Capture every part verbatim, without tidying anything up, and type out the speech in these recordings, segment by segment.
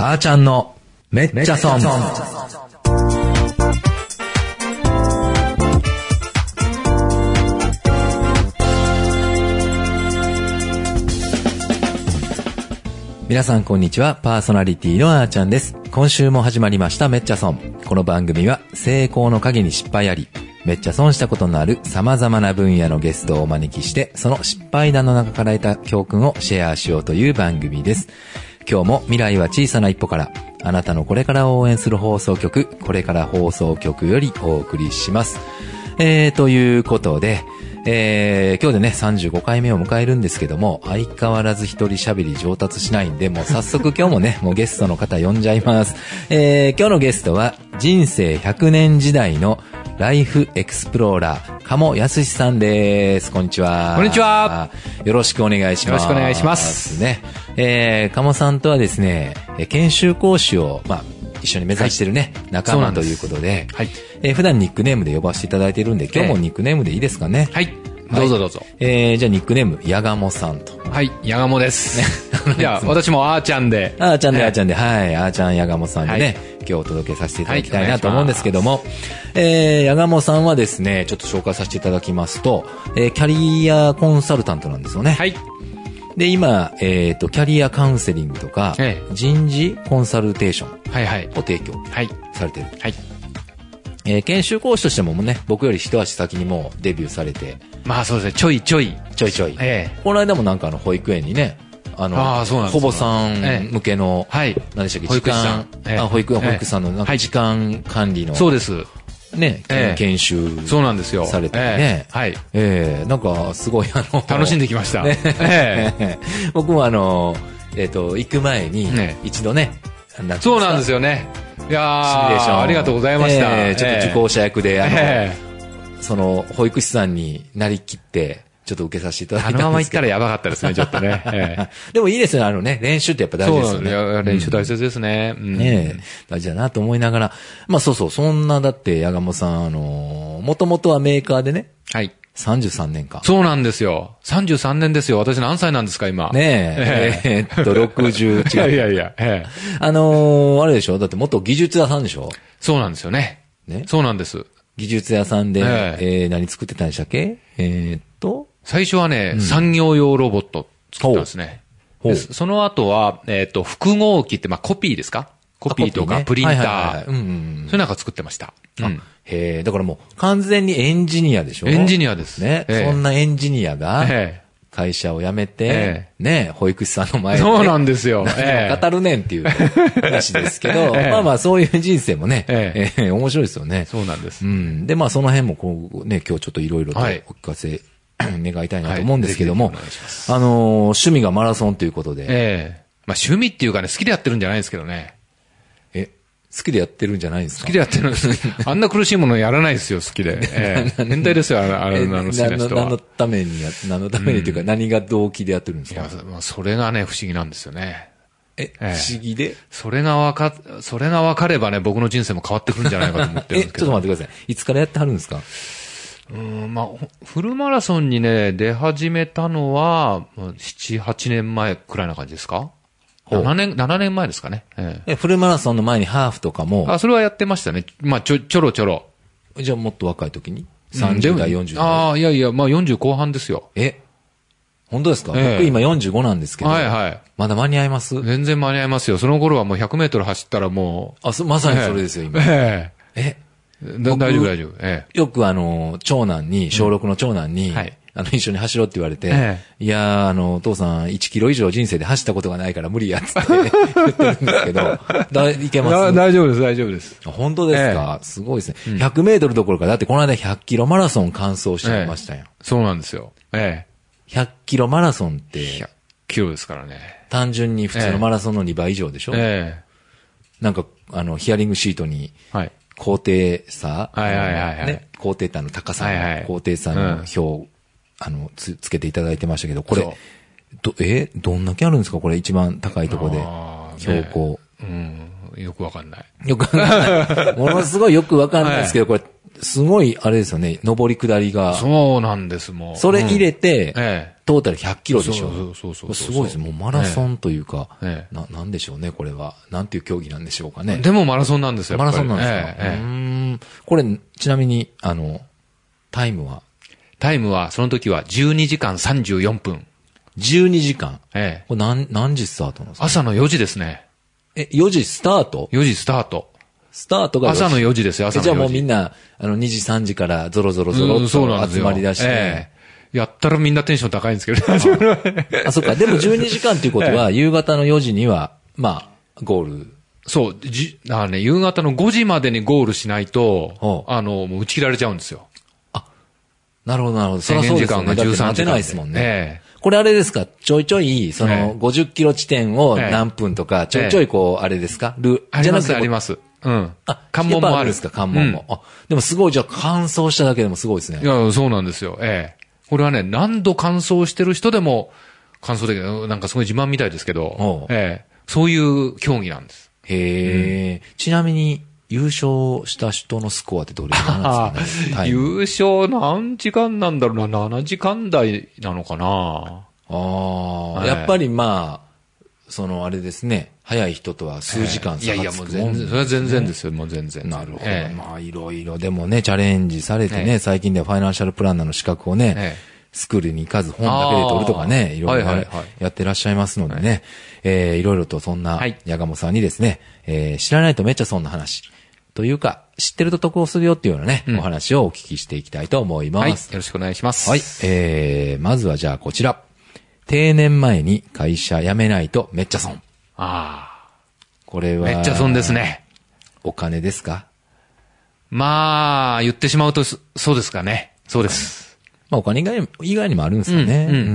あーちゃんのめっちゃ損。皆さんこんにちは。パーソナリティのあーちゃんです。今週も始まりましためっちゃ損。この番組は成功の陰に失敗あり、めっちゃ損したことのある様々な分野のゲストをお招きして、その失敗談の中から得た教訓をシェアしようという番組です。今日も未来は小さな一歩から、あなたのこれからを応援する放送局、これから放送局よりお送りします。えー、ということで、えー、今日でね、さんじゅうごかいめを迎えるんですけども、相変わらず一人喋り上達しないんで、もう早速今日もね、もうゲストの方呼んじゃいます。えー、今日のゲストは、人生ひゃくねん時代のライフエクスプローラー、鴨康さんです。こんにちは。 こんにちは。 よろしくお願いします。 よろしくお願いします。 ね。えー、鴨さんとはですね、研修講師を、まあ、一緒に目指してるね、はい、仲間ということで、はい、えー、普段ニックネームで呼ばせていただいているんで、今日もニックネームでいいですかね。 はい。どうぞどうぞ。 えー、じゃあニックネーム、やがもさんと。 はい、やがもです。ね、いや、私もあーちゃんで。 あーちゃんで、あーちゃんで、はい、あーちゃんやがもさんでね、はい、今日お届けさせていただきたいなと思うんですけども、はい、えー、やがもさんはですね、ちょっと紹介させていただきますと、えー、キャリアコンサルタントなんですよね。はい。で、今、えっと、キャリアカウンセリングとか、ええ、人事コンサルテーションを提供されている。はい。はい、えー、研修講師としてもね、僕より一足先にもうデビューされて。 まあそうですね、ちょいちょい。 ちょいちょい。ええ。この間もなんかあの、保育園にね、あの、あそうなんです、ほぼさん向けの、ええ、はい。何でしたっけ、時間、ええ、あ、保育園、保育士さんのなんか時間管理の。 そうです。 ね、ええ、研修そうなんですよ。 されてね、 ええ、はい、 ええ、なんかすごいあの楽しんできました。ね、 ええ、僕もあのえっ、ー、と行く前に一度ね、 ね、そうなんですよね。いやー、シミュレーションありがとうございました。 ええ、ちょっと受講者役であの、ええ、その保育士さんになりきってちょっと受けさせていただいたんですけど、 あのまま行ったらやばかったですね、ちょっとね。ええ、 でもいいですよね、あのね、練習ってやっぱ大事ですよね。 そう、練習大切ですね。うん、 ねえ、大事だなと思いながら、まあそうそう、そんなだって矢鴨さん、あのー、もともとはメーカーでね、はい。さんじゅうさんねんか。 そうなんですよ。さんじゅうさんねんですよ。私何歳なんですか、今。 ねえ。えー、っと、ろくじゅう違う。 いやいやいや、ええ。 あのー、あれでしょ、だって元技術屋さんでしょ。 そうなんですよね。ね。そうなんです。 技術屋さんで、えー、えー、何作ってたんでしたっけ？えー、っと。 最初はね、うん、産業用ロボット作ったんですね。でその後は、えっ、ー、と、複合機って、まあ、コピーですか？コピーとかプリンター。そういうのが作ってました。 うん、へえ、だからもう完全にエンジニアでしょ？ エンジニアですね。えー、そんなエンジニアが、会社を辞めて、えー、ね、保育士さんの前で、ね。 そうなんですよ。 何を語るねんっていう話ですけど、えー、まあまあそういう人生もね、えーえー、面白いですよね。 そうなんです。 うん。で、まあその辺もこうね、今日ちょっといろいろとお聞かせ、はい願いたいなと思うんですけども、はい、あのー、趣味がマラソンということで。 ええー。まあ趣味っていうかね、好きでやってるんじゃないですけどね。 え、好きでやってるんじゃないんですか？ 好きでやってるんです。あんな苦しいものやらないですよ、好きで。ええー。変態ですよ、あの、あの、好きな人は。 何のためにや、何のためにっていうか、うん、何が動機でやってるんですか？ いや、まあそれがね、不思議なんですよね。 え、えー、不思議でそれがわか、それがわかればね、僕の人生も変わってくるんじゃないかと思ってるんですけど。 え、ちょっと待ってください。いつからやってはるんですか？ うん、まあ、フルマラソンにね、出始めたのは、なな、はちねんまえくらいな感じですか？ なな 年、ななねんまえですかね。 ええ、フルマラソンの前にハーフとかも。 あ、それはやってましたね。まあ、ちょ、ちょろちょろ。 じゃあもっと若い時に ?さんじゅう 代、よんじゅう代。 ああ、いやいや、まあよんじゅう後半ですよ。 え本当ですか、ええ、僕今よんじゅうごなんですけど。はいはい。まだ間に合います？ 全然間に合いますよ。その頃はもうひゃくメートル走ったらもう。あ、そ、まさにそれですよ、今。 ええ。え大丈夫大丈夫。ええ、よくあの、長男に、小ろくの長男に、うんはい、あの、一緒に走ろうって言われて、ええ、いやー、あの、お父さんいちキロ以上人生で走ったことがないから無理やっつって言ってるんですけど、だいけます大丈夫です、大丈夫です。 本当ですか、ええ、すごいですね、うん。ひゃくメートルどころか、だってこの間ひゃっキロマラソン完走しちゃいましたよ。ええ、 そうなんですよ。ええ。 ひゃっキロマラソンって、 ひゃっキロですからね。 単純に普通のマラソンのにばい以上でしょ？ええ。なんか、あの、ヒアリングシートに、はい。高低差、 はいはいはいはい、 ね、高低差の高さ、はいはい、高低差の表、うん、あのつ、つけていただいてましたけど、これ、ど、え、どんだけあるんですかこれ一番高いところで、標高、 ね。うん、よくわかんない。 よくわかんない。ものすごいよくわかんないですけど、はい、これ、 すごい、あれですよね、上り下りが。 そうなんです、もう。 それ入れて、 うん、ええ、 トータルひゃっキロでしょ。 そうそうそうそう。 すごいです。もうマラソンというか、 ええ、 な、なんでしょうね、これは。なんていう競技なんでしょうかね。 でもマラソンなんですよ、 マラソンなんですか。 ええ、 うーん。これ、ちなみに、あの、タイムはタイムは、その時はじゅうにじかんさんじゅうよんぷん。 じゅうにじかん。 ええ。 これ何、何時スタートなんですか？ 朝のよじですね。 え、よじスタート？ よ 時スタート。 スタートが朝のよじですよ、朝のよじ。 じゃあもうみんな、あの、にじさんじからゾロゾロゾロっと集まり出して。 ええ、やったらみんなテンション高いんですけど。 あ, あ、そっか。でもじゅうにじかんっていうことは、ええ、夕方のよじには、まあ、ゴール。 そう、じ、あね、夕方のごじまでにゴールしないと、あの、もう打ち切られちゃうんですよ。 あ、なるほど、なるほど。それはそうですよね。だって待てないですもんね。ええ、これあれですか、ちょいちょい、その、ごじゅっキロ地点を何分とか、ちょいちょいこう、あれですか、ル、 あります、あります。うん。 あ、 関門もある。 あるんですか、関門も。うん、あ、でもすごい、じゃあ乾燥しただけでもすごいですね。 いや、そうなんですよ。ええ。これはね、何度乾燥してる人でも、乾燥できる、なんかすごい自慢みたいですけど、ええ。そういう競技なんです。 へえ、うん。ちなみに、優勝した人のスコアってどれぐらいなんですかね。 優勝何時間なんだろうな、ななじかん台なのかな。 ああ、はい、やっぱりまあ、そのあれですね、早い人とは数時間差がつく、 えー、いやいやもう全然、それは全然ですよ、もう全然。 なるほど。えー、まあいろいろでもね、チャレンジされてね、えー、最近ではファイナンシャルプランナーの資格をね、えー、スクールに行かず本だけで取るとかね、いろいろやってらっしゃいますのでね、はいえー、いろいろとそんな、矢鴨さんにですね、えー、知らないとめっちゃそんな話。というか、知ってると得をするよっていうようなね、うん、お話をお聞きしていきたいと思います。 はい。よろしくお願いします。 はい。えー、まずはじゃあこちら。定年前に会社辞めないとめっちゃ損。 ああ。 これは。 めっちゃ損ですね。 お金ですか？ まあ、言ってしまうと、そうですかね。そうです。 まあお金以外に以外にもあるんですかね。うん。うんうん、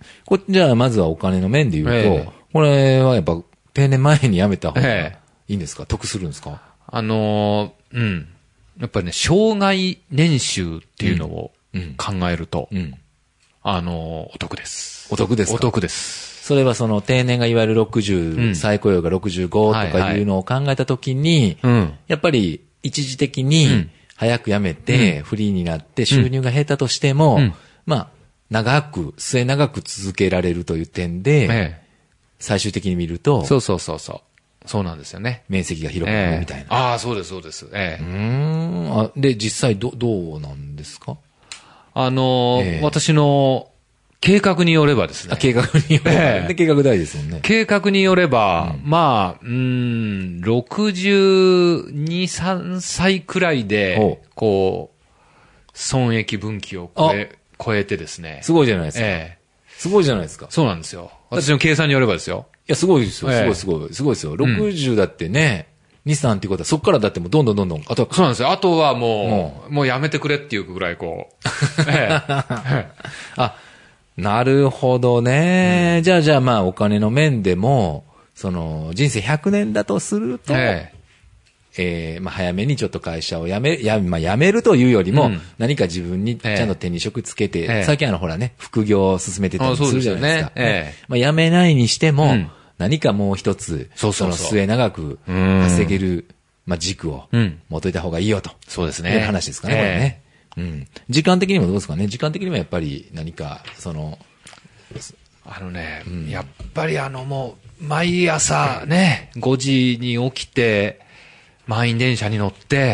こじゃあまずはお金の面で言うと、えー、これはやっぱ定年前に辞めた方がいいんですか？えー、得するんですか？ あのー、うん。やっぱりね、生涯年収っていうのを考えると、うんうん、あのー、お得です。 お得ですか？ お得です。 それはその定年がいわゆるろくじゅう、うん、再雇用がろくじゅうごとかいうのを考えたときに、はいはい、やっぱり一時的に早く辞めてフリーになって収入が減ったとしても、うん、まあ、長く、末長く続けられるという点で、ええ、最終的に見ると、 そうそうそうそう。そうなんですよね。 面積が広くなるみたいな。ええ、ああ、そうです、そうです。ええ。 うーんあ。で、実際ど、どうなんですか？ あのーええ、私の計画によればですね。 あ、計画によれば。ええ、で、計画大ですもんね。 計画によれば、うん、まあ、うーん、ろくじゅうに、さんさいくらいで、こう、損益分岐を超え、超えてですね。 すごいじゃないですか。 ええ。 すごいじゃないですか。 そうなんですよ。私の計算によればですよ。 いや、すごいですよ。すごいすごい。すごいですよ。ろくじゅうだってね、に、さんっていうことは、そこからだってもうどんどんどんどん、あとは。 そうなんですよ。あとはもう、もうやめてくれっていうぐらいこう。ええ、 あ、なるほどね。うん、じゃあじゃあまあお金の面でも、その、人生ひゃくねんだとすると、えええー、まあ早めにちょっと会社を辞め、や、まあ辞めるというよりも、うん、何か自分にちゃんと手に職つけて、ええ、最近あのほらね、副業を進めてたりするじゃないですか。 そうですよね。ええ、 まあ辞めないにしても、うん、何かもう一つ、そうそうそう、その末長く稼げる、まあ軸を持っといた方がいいよと。 そうですね。 いう話ですかね、これね。うん。時間的にもどうですかね。時間的にもやっぱり何か、その、 あのね、うん、やっぱりあのもう、毎朝ね、ごじに起きて、満員電車に乗って、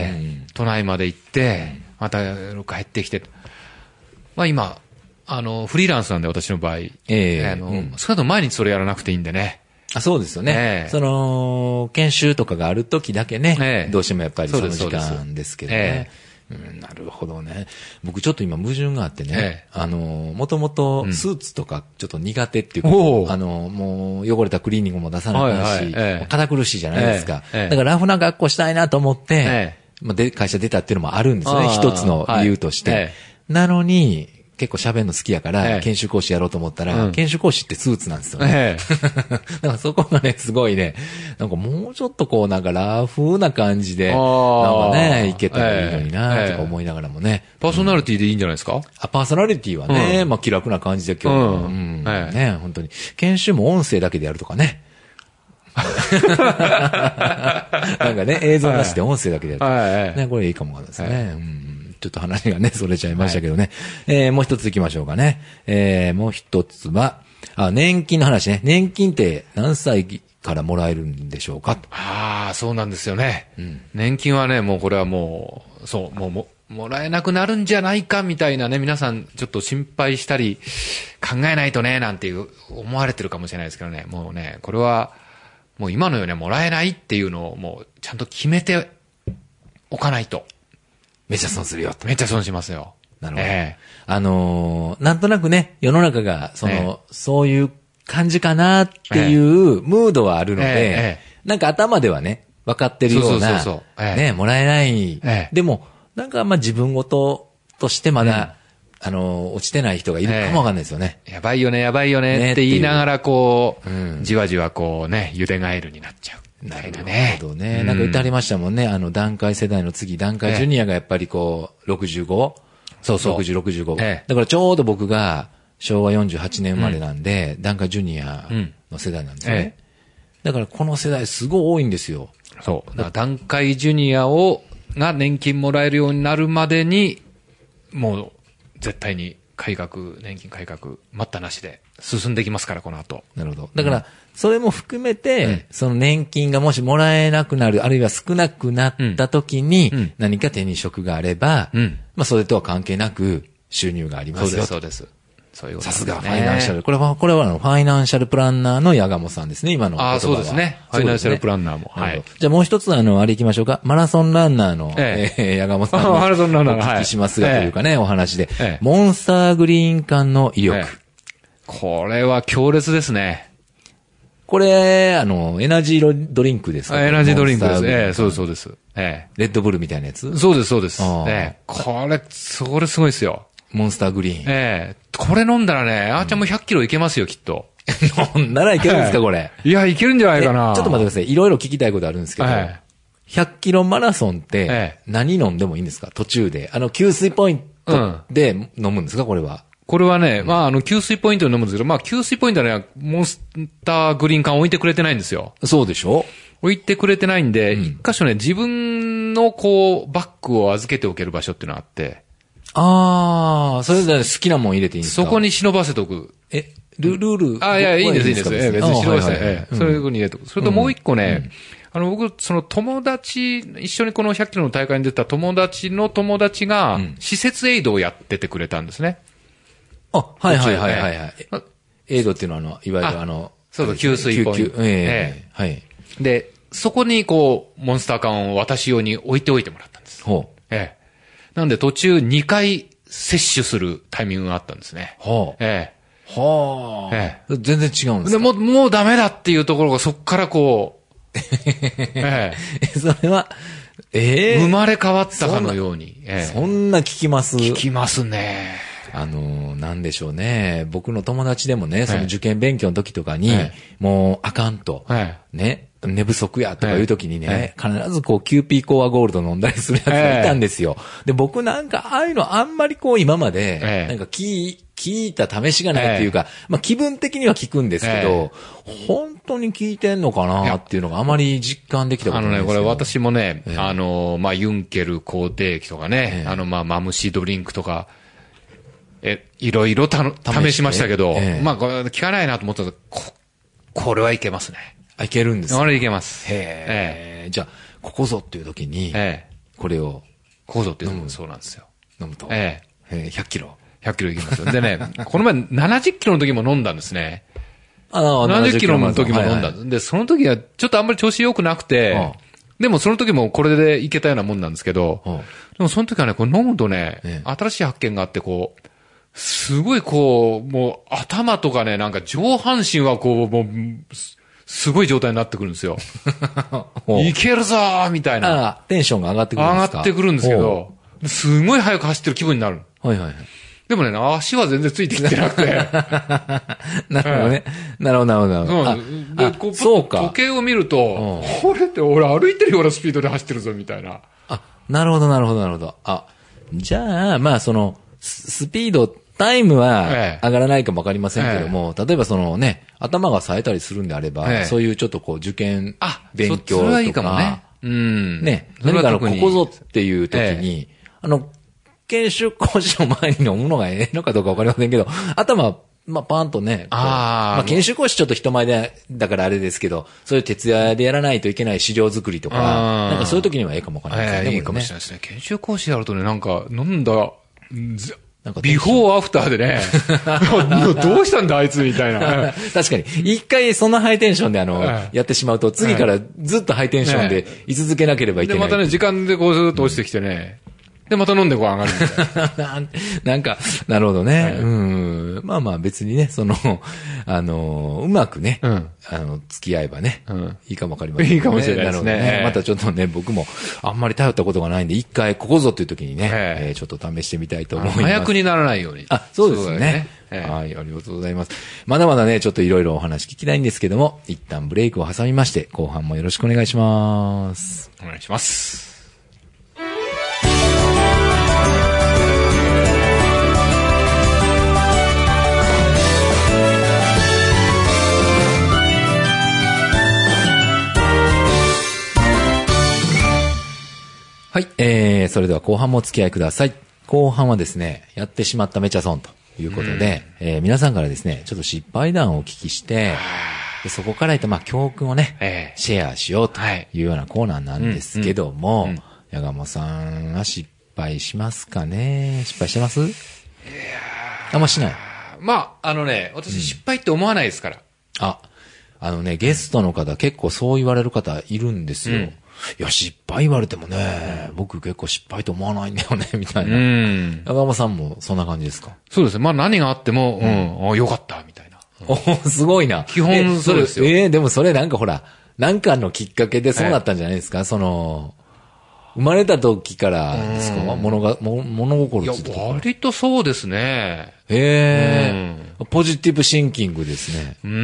うん、都内まで行って、うん、また帰ってきて、まあ今、あの、フリーランスなんで私の場合、えー、あの、うん、少なくとも毎日それやらなくていいんでね。 あ、そうですよね。えー、その、研修とかがある時だけね、えー、どうしてもやっぱりその時間ですけどね。うん、なるほどね。僕ちょっと今矛盾があってね、ええ、あの、もともとスーツとかちょっと苦手っていうか、うん、あの、もう汚れたクリーニングも出さないし、はいはいええ、堅苦しいじゃないですか。ええ、だからラフな学校したいなと思って、ええ、まあ、で会社出たっていうのもあるんですよね。一つの理由として。はいええ、なのに、結構喋るの好きやから、ええ、研修講師やろうと思ったら、うん、研修講師ってスーツなんですよね。ええ、だからそこがね、すごいね、なんかもうちょっとこうなんかラフな感じで、なんかね、いけたらいいのになとか思いながらもね、 ええ。パーソナリティでいいんじゃないですか？ あ、パーソナリティはね、うん、まあ気楽な感じで今日は、うんうん、ええ、ね、本当に。研修も音声だけでやるとかね。なんかね、映像なしで音声だけでやるとか、はい、ね、これいいかもわかんないですね。はい、うんちょっと話がね、それちゃいましたけどね。はい、えー、もう一つ行きましょうかね。えー、もう一つは、あ、年金の話ね。年金って何歳からもらえるんでしょうか？ ああ、そうなんですよね。 うん、 年金はね、もうこれはもう、そう、もうも、もらえなくなるんじゃないかみたいなね、皆さんちょっと心配したり、考えないとね、なんていう思われてるかもしれないですけどね、もうね、これは、もう今のようにはもらえないっていうのをもうちゃんと決めておかないと。 めっちゃ損するよと。 めっちゃ損しますよ。 なるほど。 えー、 あのー、なんとなくね、世の中が、その、えー、そういう感じかなっていうムードはあるので、えーえー、なんか頭ではね、分かってるような、そうそうそうそう、えー、ね、もらえない。えー、でも、なんかまあ自分ごととしてまだ、うん、あのー、落ちてない人がいるかもわかんないですよね。 えー、やばいよね、やばいよねって言いながら、こう、うん、じわじわこうね、ゆでガエルになっちゃう。 なるほどね。なんか言ってありましたもんね。あの、段階世代の次、段階ジュニアがやっぱりこう、ろくじゅうご? そうそう。ろくじゅう、ろくじゅうご。ええ、だからちょうど僕がしょうわよんじゅうはちねん生まれなんで、うん、段階ジュニアの世代なんですよね。ええ、だからこの世代すごい多いんですよ。 そう。だから段階ジュニアを、が年金もらえるようになるまでに、もう、絶対に改革、年金改革、待ったなしで進んでいきますから、この後。 なるほど。だから、うん、それも含めて、うん、その年金がもしもらえなくなる、あるいは少なくなった時に、うん、何か手に職があれば、うん、まあそれとは関係なく収入がありますよ。 そうです、そうです。そういうことですね。 さすがファイナンシャル。これは、これはあのファイナンシャルプランナーの矢鴨さんですね、今の言葉は。 ああ、そうですね。ファイナンシャルプランナーも。 はい。じゃあもう一つあの、あれ行きましょうか。マラソンランナーの、ええー、矢鴨さんにお聞きしますが、というかね、お話で、ええ。モンスターグリーン缶の威力。ええ、 これは強烈ですね。 これ、あの、エナジードリンクですか？ エナジードリンクです。ええ、そうです、そうです。ええ。レッドブルみたいなやつ？ そうです、そうです。ええ。これ、それすごいですよ。 モンスターグリーン。 ええ。これ飲んだらね、あーちゃんもひゃっキロいけますよ、きっと。 飲んだらいけるんですか、これ。 いや、いけるんじゃないかな。 ちょっと待ってください。いろいろ聞きたいことあるんですけど、ひゃっキロマラソンって、何飲んでもいいんですか？途中で。あの、給水ポイントで飲むんですか、これは。 これはね、まあ、あの、給水ポイントで飲むんですけど、まあ、給水ポイントはね、モンスターグリーン缶置いてくれてないんですよ。 そうでしょ？ 置いてくれてないんで、一箇所ね、自分のこう、バッグを預けておける場所っていうのがあって、 ああ、それで好きなもん入れていいんですか？ そこに忍ばせとく。 え、ルルール。 ああ、いや、いいんです、いいんです。ええ、別に忍ばせて、ええ、そういうふうに入れとく。それともう一個ね、あの、僕、その友達、一緒にこのひゃっキロの大会に出た友達の友達が、施設エイドをやっててくれたんですね。 あ、はいはいはいはいはい。エイドっていうのは、あの、いわゆるあの、 そうそう、給水ポイント。ええ、はい。で、そこにこう、モンスター缶を私用に置いておいてもらったんです。ほう。ええ。なんで途中にかい摂取するタイミングがあったんですね。はあ。ええ。はあ。ええ。全然違うんですか？ でもう、もうダメだっていうところがそっからこう、 ええ。それは、ええ。 生まれ変わったかのように。 ええ、そんな聞きます？ 聞きますね。 あの、なんでしょうね。僕の友達でもね、その受験勉強の時とかに、ええ、もうあかんと。ええ、ね。寝不足やとかいう時にね、ええ、必ずこうキューピーコアゴールド飲んだりするやつがいたんですよ。ええ、で、僕なんかああいうのあんまりこう今まで、ええ、なんか聞、聞いた試しがないっていうか、ええ、まあ気分的には聞くんですけど、ええ、本当に聞いてんのかなっていうのがあまり実感できたことないですよ。 あのね、これ私もね、ええ、あの、まあユンケル肯定器とかね、ええ、あの、まあマムシドリンクとか、え、いろいろた試しましたけど、ええ、まあこれ聞かないなと思ったら、こ、これはいけますね。 あ、いけるんですか？ あれいけます。 へえ。えー、じゃあ、ここぞっていう時に、ええ、これを。 ここぞっていうのそうなんですよ。 飲むと。ええ。えー、ひゃっキロ。 ひゃっキロいきますよ。でね、この前ななじゅっキロの時も飲んだんですね。 ああ、 ななじゅっキロの時も飲んだんです。はいはい、で、その時はちょっとあんまり調子良くなくて、ああでもその時もこれでいけたようなもんなんですけど、ああでもその時はね、これ飲むとね、ええ、新しい発見があって、こう、すごいこう、もう頭とかね、なんか上半身はこう、もう、すごい状態になってくるんですよ。いけるぞーみたいな。 ああ、テンションが上がってくるんですか？ 上がってくるんですけど、すごい速く走ってる気分になる。 はいはいはい。 でもね、足は全然ついてきてなくて。 なるほどね。なるほどなるほど。 そうで、こう、そうか。時計を見ると、これって俺歩いてるようなスピードで走ってるぞみたいな。 あ、なるほどなるほどなるほど。あ、じゃあ、まあその、スピード、タイムは上がらないかもわかりませんけども、ええ、例えばそのね、頭が冴えたりするんであれば、ええ、そういうちょっとこう受験勉強とか、 それはいいかもね。うん。 ね、何かのここぞっていう時に、ええ、あの、 研修講師の前に飲むのがええのかどうかわかりませんけど、頭、まあ、パーンとね。ああ。まあ、研修講師ちょっと人前で、だからあれですけど、そういう徹夜でやらないといけない資料作りとか、なんかそういう時にはええかもわからないですね。 いいかもしれないですね。研修講師やるとね、なんか、飲んだ、なんかビフォーアフターでね、どうしたんだあいつみたいな。 確かに。一回そのハイテンションであの、やってしまうと、次からずっとハイテンションで居続けなければいけない。 で、またね、時間でこうずっと落ちてきてね、で、また飲んでこう上がるみたいな。なんか、なるほどね。はい、うん。まあまあ別にね、その、あの、うまくね、うん、あの、付き合えばね、うん、いいかもわかりませんね。 いいかもしれないですね。 ねまたちょっとね、僕もあんまり頼ったことがないんで、一回ここぞという時にね、えー、ちょっと試してみたいと思います。 早くにならないように。 あ、そうですね。ねえー、はい、ありがとうございます。まだまだね、ちょっといろいろお話聞きたいんですけども、一旦ブレイクを挟みまして、後半もよろしくお願いします。 お願いします。 はい、えー、それでは後半もお付き合いください。後半はですね、やってしまっためちゃ損ということで、うん、えー、皆さんからですね、ちょっと失敗談をお聞きして、でそこからいったまあ教訓をね、えー、シェアしようというようなコーナーなんですけども、八鴨さんは失敗しますかね？失敗してます？いやあんましない。 まあ、あのね、私失敗って思わないですから。うん、 あ、あのね、ゲストの方結構そう言われる方いるんですよ。うんいや、失敗言われてもね、僕結構失敗と思わないんだよね、みたいな。うん。八鴨さんもそんな感じですか？ そうですね。まあ何があっても、うん、あよかった、みたいな。 おすごいな。 基本そうですよ。 ええー、でもそれなんかほら、なんかのきっかけでそうなったんじゃないですか、はい、その、生まれた時からですか、物が、も物心ついていや、割とそうですね。 へえ、うん、ポジティブシンキングですね。 うん。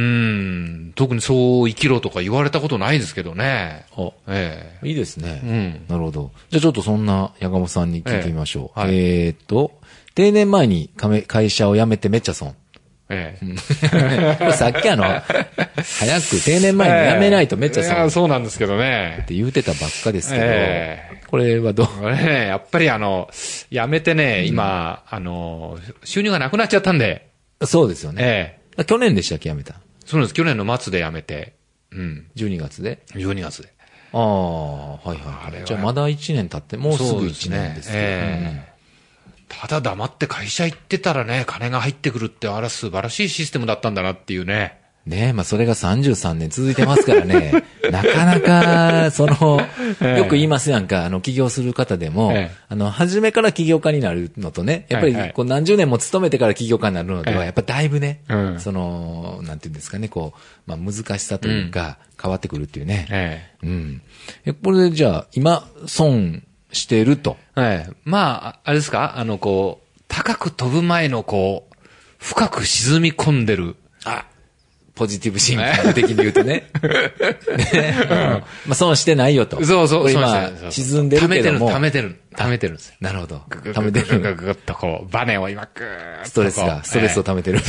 特にそう生きろとか言われたことないですけどね。 あ、ええ、いいですね。うん。なるほど。じゃあちょっとそんな八鴨さんに聞いてみましょう。ええ、はい、えー、っと、定年前に会社を辞めてめっちゃ損。ええ。これさっきあの、早く定年前に辞めないとめっちゃ損。 いや、そうなんですけどね。 って言うてたばっかですけど、ええ、これはどう？これね、やっぱりあの、辞めてね、今、うん、あの、収入がなくなっちゃったんで。 そうですよね。ええ。去年でしたっけ辞めた？ そうです。去年の末で辞めて。うん。 じゅうにがつで ? じゅうにがつで。 ああ、はいはい。あれじゃあまだいちねん経って、もうすぐいちねんですけど。ええ。 ただ黙って会社行ってたらね、金が入ってくるって、あれ素晴らしいシステムだったんだなっていうね。 ねえ、まあそれがさんじゅうさんねん続いてますからね。なかなか、その、よく言いますやんか、あの、起業する方でも、ええ、あの、初めから起業家になるのとね、やっぱり、こう何十年も勤めてから起業家になるのとは、やっぱだいぶね、ええ、その、なんていうんですかね、こう、まあ難しさというか、変わってくるっていうね。ええ、うん。え、これでじゃあ、今、損してると。 はい。まあ、あれですか、あの、こう、高く飛ぶ前の、こう、深く沈み込んでる。 あ、ポジティブシンキング的に言うとね。ね、うん、まあ損してないよと。 そうそう、 今、沈んでるけども。 溜めてる、溜めてる、溜めてるんですよ。 なるほど。 溜めてる。ぐぐぐっとこう、バネを今、ぐーっと。 ストレスが、ストレスを溜めてる。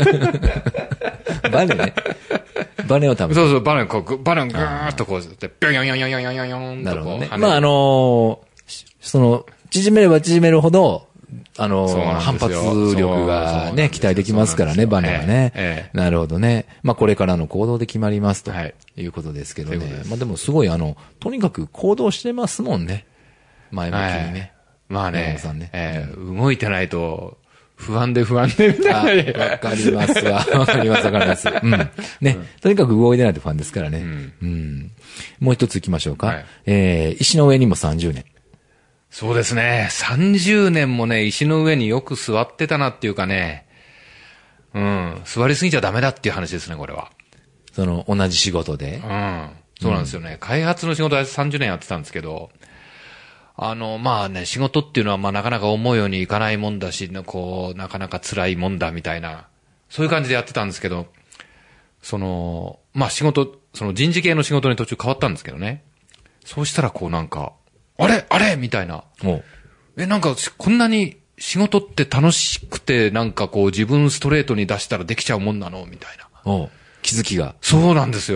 バネね。バネを溜めてる。 そうそう、バネをこう、バネをぐーっとこう、ビョンヨンヨンヨンヨンヨンヨンヨンとこう。ね、まああのー、その、縮めれば縮めるほど、あの、反発力がね、期待できますからね、バネはね、ええ。なるほどね。まあこれからの行動で決まりますということですけどね。はい、まあでもすごいあの、とにかく行動してますもんね。前向きにね。 はい、まあね、ねえー、動いてないと、不安で不安でみたいな。わかりますわ。わかりますわかります。うん。ね、うん。とにかく動いてないと不安ですからね。うん。うん、もう一つ行きましょうか。はい、えー、石の上にもさんじゅうねん。 そうですね。さんじゅうねんもね、石の上によく座ってたなっていうかね、うん、座りすぎちゃダメだっていう話ですね、これは。 その、同じ仕事で。 うん。そうなんですよね。うん、開発の仕事はさんじゅうねんやってたんですけど、あの、まあね、仕事っていうのはまあなかなか思うようにいかないもんだし、こう、なかなか辛いもんだみたいな、そういう感じでやってたんですけど、その、まあ仕事、その人事系の仕事に途中変わったんですけどね。そうしたらこうなんか、あれあれみたいな。え、なんか、こんなに仕事って楽しくて、なんかこう自分ストレートに出したらできちゃうもんなのみたいな。 お気づきが。 そうなんですよ。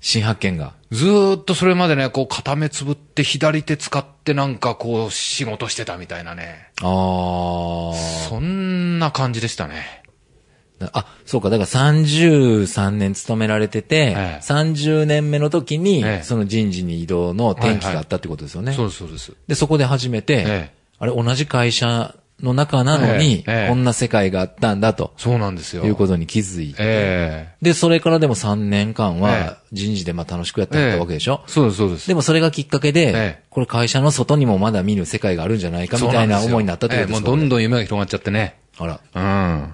新発見が。 ずーっとそれまでね、こう片目つぶって左手使ってなんかこう仕事してたみたいなね。 ああ。 そんな感じでしたね。 あ、そうか。だからさんじゅうさんねん勤められてて、 ええ、 さんじゅうねんめの時に、 ええ、 その人事に移動の転機があったってことですよね。 はいはい、そうです、そうです。 で、そこで初めて、ええ、あれ同じ会社の中なのに、ええ、こんな世界があったんだと。 そうなんですよ。 いうことに気づいて。 ええ、 で、それからでもさんねんかんは人事でまあ楽しくやってたわけでしょ、 ええ、そうです、そうです。 でもそれがきっかけで、ええ、 これ会社の外にもまだ見る世界があるんじゃないかみたいな思いになったってことですか、 ええ、もうどんどん夢が広がっちゃってね。 あら。 うん。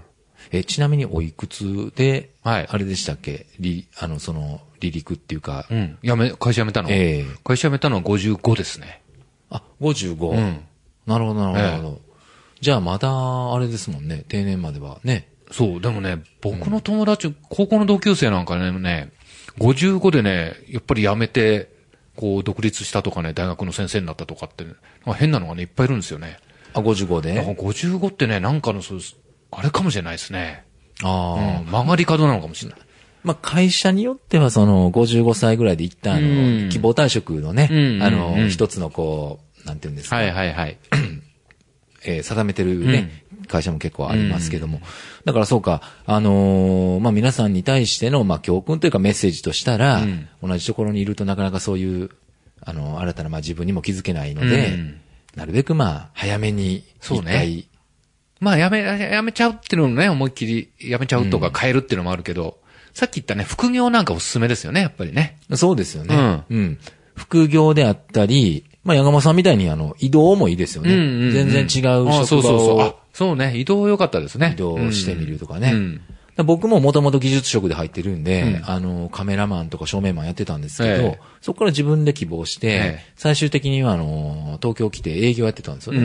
え、ちなみにおいくつで、 はい。 あれでしたっけ、り、あの、その、離陸っていうか。 うん。やめ、会社辞めたのええー。 会社辞めたのはごじゅうごですね。 あ、ごじゅうご。 うん。 なるほど、なるほど。えー、じゃあまだ、あれですもんね。定年まではね。 そう、でもね、僕の友達、うん、高校の同級生なんかね、ごじゅうごでね、やっぱり辞めて、こう、独立したとかね、大学の先生になったとかって、ね、変なのがね、いっぱいいるんですよね。 あ、ごじゅうごでごじゅうごってね、なんかの、そうあれかもしれないですね。 ああ、 うん。曲がり角なのかもしれない。 まあ、会社によっては、その、ごじゅうごさいぐらいで一旦、あの、希望退職のね、あの、一つのこう、なんていうんですか。 はいはいはい。 えー、定めてるね、うん、会社も結構ありますけども。だからそうか、あのー、まあ、皆さんに対しての、まあ、教訓というかメッセージとしたら、うん、同じところにいるとなかなかそういう、あの、新たな、まあ、自分にも気づけないので、うん、なるべくまあ、早めに、 そうね。まあ、やめ、やめちゃうっていうのもね、思いっきりやめちゃうとか変えるっていうのもあるけど、うん、さっき言ったね、副業なんかおすすめですよね、やっぱりね。 そうですよね。うん。うん。副業であったり、まあ、山間さんみたいにあの、移動もいいですよね。うんうんうん、全然違う職場を。 そうそうそう。あ、そうね。移動良かったですね。 移動してみるとかね。うんうん、僕ももともと技術職で入ってるんで、うん、あの、カメラマンとか照明マンやってたんですけど、ええ、そこから自分で希望して、ええ、最終的にはあの、東京来て営業やってたんですよね。うん、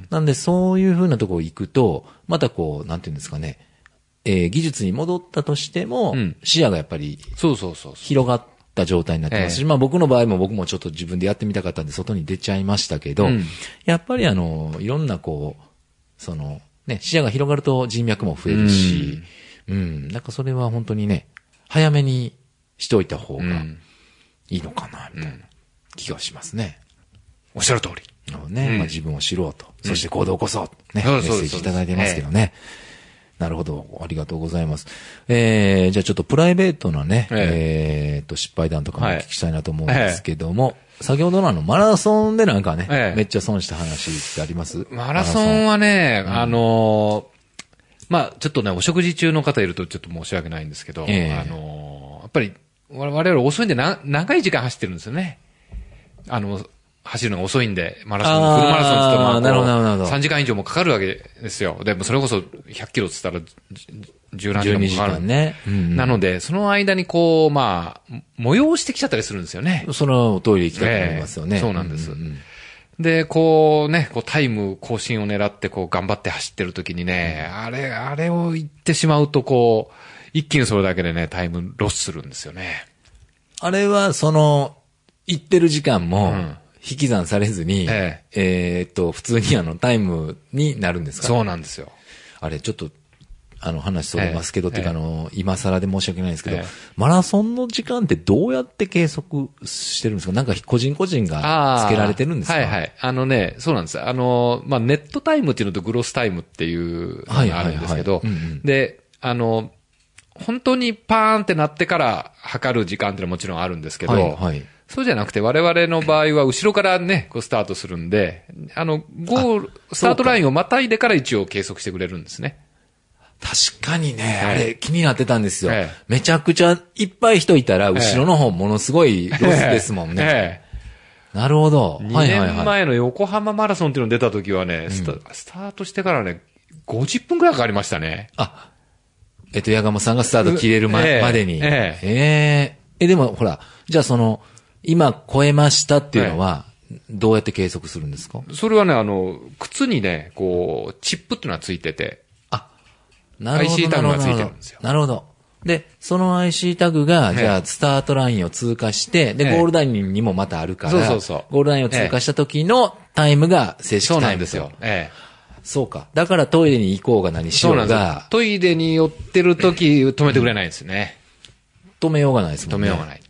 なんでそういう風なところ行くと、またこう、なんていうんですかね、えー、技術に戻ったとしても、うん、視野がやっぱり、 そうそうそう。 広がった状態になってますし、ええ、まあ僕の場合も僕もちょっと自分でやってみたかったんで外に出ちゃいましたけど、うん、やっぱりあの、いろんなこう、その、ね、視野が広がると人脈も増えるし、うん、うん、なんかそれは本当にね、早めにしておいた方がいいのかな、みたいな気がしますね。 おっしゃる通り。 ね、うん、まあ自分を知ろうと、そして行動を起こそう、ね、うん、メッセージいただいてますけどね。なるほど。ありがとうございます。えー、じゃあちょっとプライベートなね、えー、えー、と失敗談とかもお聞きしたいなと思うんですけども、えー、先ほどのあのマラソンでなんかね、えー、めっちゃ損した話ってあります？ マラソンはね、うん、あのー、まあちょっとね、お食事中の方いるとちょっと申し訳ないんですけど、えー、あのー、やっぱり我々遅いんでな長い時間走ってるんですよね。あの、走るのが遅いんで、マラソン、フルマラソンって言ったら、 なるほど、なるほど。 さんじかん以上もかかるわけですよ。でもそれこそひゃっキロって言ったら、じゅうなんじかんもかかる。じゅうにじかんね。うん、なので、その間にこう、まあ、催してきちゃったりするんですよね。 そのトイレ行きたくなりますよね。 えー、そうなんです。うんうんうん、で、こうね、こうタイム更新を狙ってこう頑張って走ってる時にね、あれ、あれを言ってしまうとこう、一気にそれだけでね、タイムロスするんですよね。 あれは、その、行ってる時間も、うん引き算されずに、えええー、っと、普通にあの、タイムになるんですか？ そうなんですよ。 あれ、ちょっと、あの、話それますけど、ええ、っていうか、あの、今更で申し訳ないんですけど、ええ、マラソンの時間ってどうやって計測してるんですか？なんか個人個人がつけられてるんですか？ はいはい。あのね、そうなんです。あの、まあ、ネットタイムっていうのとグロスタイムっていうのがあるんですけど、で、あの、本当にパーンってなってから測る時間っていうのはもちろんあるんですけど、はいはい、そうじゃなくて我々の場合は後ろからね、こうスタートするんで、あの、ゴール、スタートラインをまたいでから一応計測してくれるんですね。 確かにね、あれ気になってたんですよ。ええ、めちゃくちゃいっぱい人いたら後ろの方ものすごいロスですもんね。ええ、なるほど。 にねんまえの横浜マラソンっていうの出た時はね、うん、スタ、スタートしてからね、ごじゅっぷんくらいかかりましたね。 あ、えっと、矢鴨さんがスタート切れる、まええ、までに。ええええ、でもほら、じゃあその、今超えましたっていうのは、どうやって計測するんですか？ それはね、あの、靴にね、こう、チップっていうのがついてて、 あ、なるほど。アイシータグがついてるんですよ。 なるほど。で、その アイシー タグが、じゃあ、スタートラインを通過して、で、ゴールラインにもまたあるから、そうそうそう。ゴールラインを通過した時のタイムが正式タイムですよ。そうなんですよ。ええ。そうか。だからトイレに行こうが何しようが。そうなんです。 トイレに寄ってる時止めてくれないんですね。 止めようがないですもんね。 止めようがない。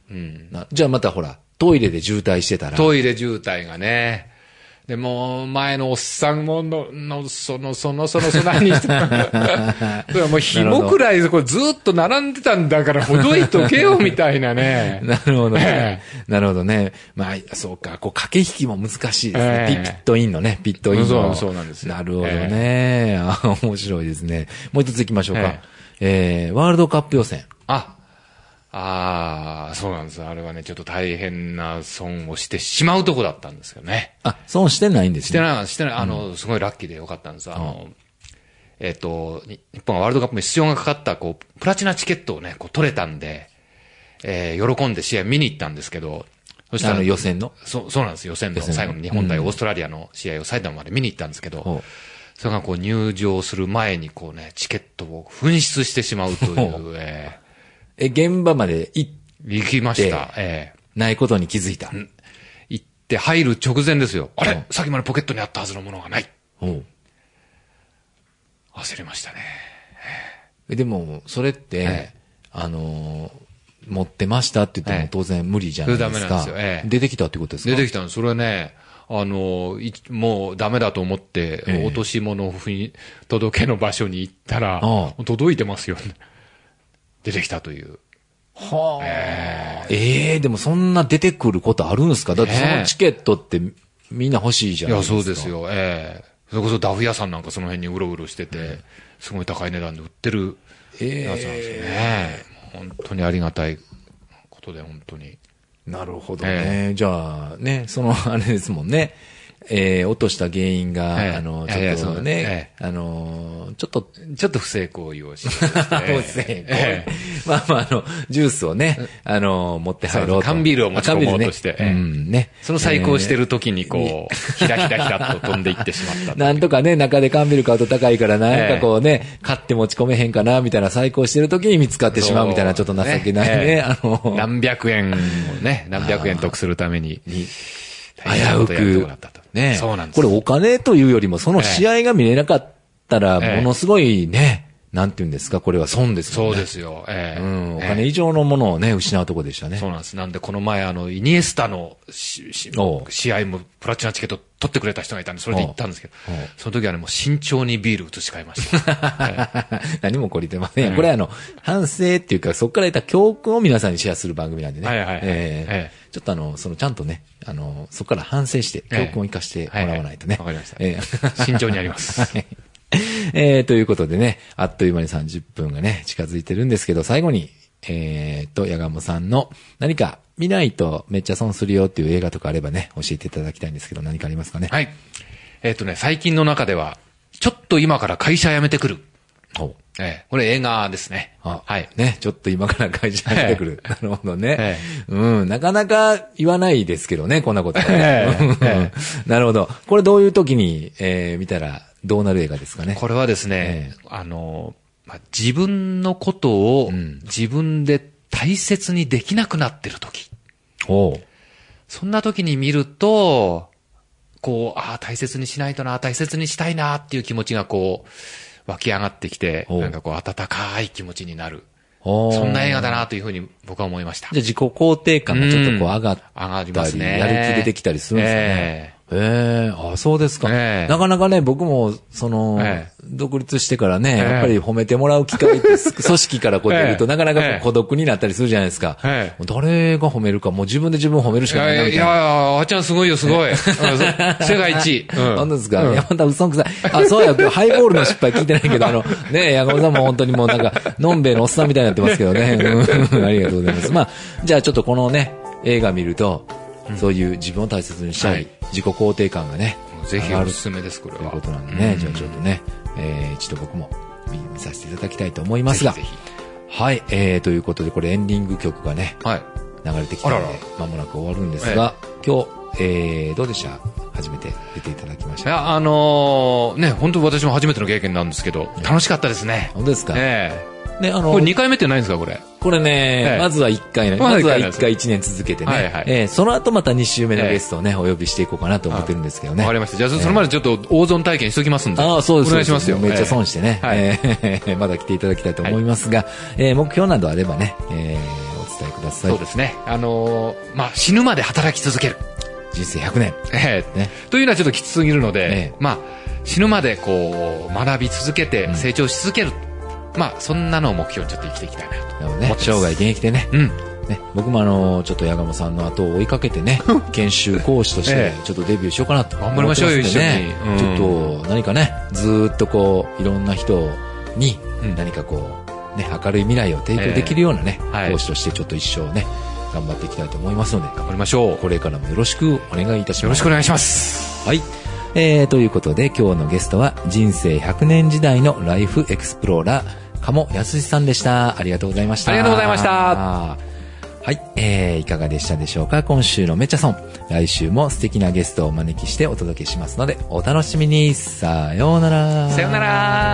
うん。 なじゃあまたほら、トイレで渋滞してたら。 トイレ渋滞がね。でも、前のおっさんもの、の、その、その、その、その、何してたもう紐くらい、これずっと並んでたんだから、ほどいとけよ、みたいなね。 なるほどね。なるほどね。まあ、そうか、こう、駆け引きも難しいですね。えー、ピットインのね、ピットインの。 そう、そうなんですよ。 なるほどね。えー、あ、面白いですね。もう一つ行きましょうか。えー、えー、ワールドカップ予選。 あ、ああ、そうなんです。あれはね、ちょっと大変な損をしてしまうとこだったんですよね。 あ、損してないんですね。 してない、してない。あの、うん、すごいラッキーでよかったんです。あの、うん、えっと、日本はワールドカップに出場がかかった、こう、プラチナチケットをね、こう取れたんで、えー、喜んで試合見に行ったんですけど、そしたら、 あの予選のそう、そうなんです。予選の最後の日本対オーストラリアの試合を埼玉まで見に行ったんですけど、うん、それがこう入場する前にこうね、チケットを紛失してしまうという、えーえ、現場まで行って、 行きました。ええ。 ないことに気づいた。うん、 行って入る直前ですよ。あれ、うん、さっきまでポケットにあったはずのものがない。うん、焦りましたね。 えでも、それって、ええ、あのー、持ってましたって言っても当然無理じゃないですか。ええ、ダメなんですよ。ええ、出てきたってことですか？ 出てきたんです。それはね、あの、もうダメだと思って、ええ、落とし物を届けの場所に行ったら、ああ届いてますよね。出てきたという。 はあ。えー、えー、でもそんな出てくることあるんですか？だってそのチケットってみんな欲しいじゃないですか。 いや、そうですよ。ええー。それこそダフ屋さんなんかその辺にうろうろしてて、すごい高い値段で売ってるやつなんですよね。えー、本当にありがたいことで、本当に。 なるほどね。えー、じゃあね、そのあれですもんね。えー、落とした原因が、えー、あの、ちょっとね、えー、あの、ちょっと、 ちょっと不正行為をしました、 ね。不正行為。えー、まあまあ、あの、ジュースをね、あの、持って入ろうと。 缶ビールを持ち込もうとして。 ね、うん、ね。 その細工してる時にこう、ひらひらひらっと飛んでいってしまった。 なんとかね、中で缶ビール買うと高いから、なんかこうね、買って持ち込めへんかな、みたいな細工してる時に見つかってしまうみたいな、ちょっと情けないね。ねあの、何百円をね、何百円得するために。 危うく。ね。そうなんです。これお金というよりも、その試合が見れなかったら、ものすごいね、なんていうんですか、これは損ですよね。 そうですよ。ええ。 うん。お金以上のものをね、失うとこでしたね。 そうなんです。なんで、この前、あの、イニエスタのしし試合もプラチナチケット取ってくれた人がいたんで、それで行ったんですけど、その時はね、もう慎重にビール移し替えました。 何も懲りてません。これあの、反省っていうか、そこから得た教訓を皆さんにシェアする番組なんでね。 はいはいはい。ええーちょっとあの、そのちゃんとね、あの、そこから反省して、教訓を生かしてもらわないとね。 わ、はいはい、かりました。えー、慎重にやります。はい。 えー、ということでね、あっという間にさんじゅっぷんがね、近づいてるんですけど、最後に、えーと、ヤガモさんの何か見ないとめっちゃ損するよっていう映画とかあればね、教えていただきたいんですけど、何かありますかね。 はい。えっ、ー、とね、最近の中では、ちょっと今から会社辞めてくる。 おええ、これ映画ですね。 あ、はい。ね、ちょっと今から会社辞めてくる。ええ、なるほどね、ええ。うん、なかなか言わないですけどね、こんなことは、ね。ええ、なるほど。これどういう時に、えー、見たらどうなる映画ですかね。 これはですね、ええ、あの、まあ、自分のことを自分で大切にできなくなってる時。 おう。 そんな時に見ると、こう、ああ、大切にしないとな、大切にしたいなっていう気持ちがこう、湧き上がってきて、なんかこう温かい気持ちになる。そんな映画だなというふうに僕は思いました。 じゃあ自己肯定感がちょっとこう上がったり、 上がりますね。 やる気出てきたりするんですかね。えーええー、あ、そうですか、えー。なかなかね、僕も、その、えー、独立してからね、えー、やっぱり褒めてもらう機会って、組織からこう出ると、えー、なかなか孤独になったりするじゃないですか。えー、誰が褒めるか、もう自分で自分を褒めるしかないなみたいな。 いやいや、あっちゃんすごいよ、すごい。世界一。 うん、本当ですか、うん、いや、また嘘くさい。あ、そうや、ハイボールの失敗聞いてないけど、あの、ね、矢川さんも本当にもうなんか、のんべえのおっさんみたいになってますけどね。うん、ありがとうございます。まあ、じゃあちょっとこのね、映画見ると、そういう自分を大切にしたい、はい、自己肯定感がね、 ぜひおすすめです、これは。 ということなんでね、うん、じゃあちょっとね、えー、一度僕も 見, 見させていただきたいと思いますが、ぜひぜひはい、えー、ということでこれエンディング曲がね、はい、流れてきたので、まもなく終わるんですが、えー、今日、えー、どうでした初めて出ていただきました。 いや、あのー、ね、本当私も初めての経験なんですけど、楽しかったですね。 本当ですか。 えーね、あのこれにかいめってないんですかこれ。 これね、ええ、まずはいっかいね。まずはいっかいいちねん続けてね。はいはい、えー、その後またに週目のゲストをね、え、お呼びしていこうかなと思ってるんですけどね。 わかりました。じゃあそれまでちょっと大損体験しときますんで。 ああ、そうです。 お願いしますよ。 めっちゃ損してね。えー、はい、えー、まだ来ていただきたいと思いますが、はい、えー、目標などあればね、えー、お伝えください。 そうですね。あのー、まあ、死ぬまで働き続ける。 人生ひゃくねん。 ええ、ね。というのはちょっときつすぎるので、ええ、まあ、死ぬまでこう、学び続けて成長し続ける。うん、まあ、そんなのを目標にちょっと生きていきたいなと思ってます。 ね、生涯現役でね。 うん。 ね、僕もあのちょっと八鴨さんの後を追いかけてね研修講師としてちょっとデビューしようかなと思ってますんでね、 頑張りましょうよ一緒に、 うん、ちょっと何かねずーっとこういろんな人に何かこうね明るい未来を提供できるようなね、えーはい、講師としてちょっと一生ね頑張っていきたいと思いますので頑張りましょう。 これからもよろしくお願いいたします。 よろしくお願いします。 はい、えー、ということで今日のゲストは人生ひゃくねん時代のライフエクスプローラー鴨康さんでした。ありがとうございました。 ありがとうございました。 はい、えー、いかがでしたでしょうか。今週のめっちゃ損、来週も素敵なゲストをお招きしてお届けしますのでお楽しみに。さようなら。 さようなら。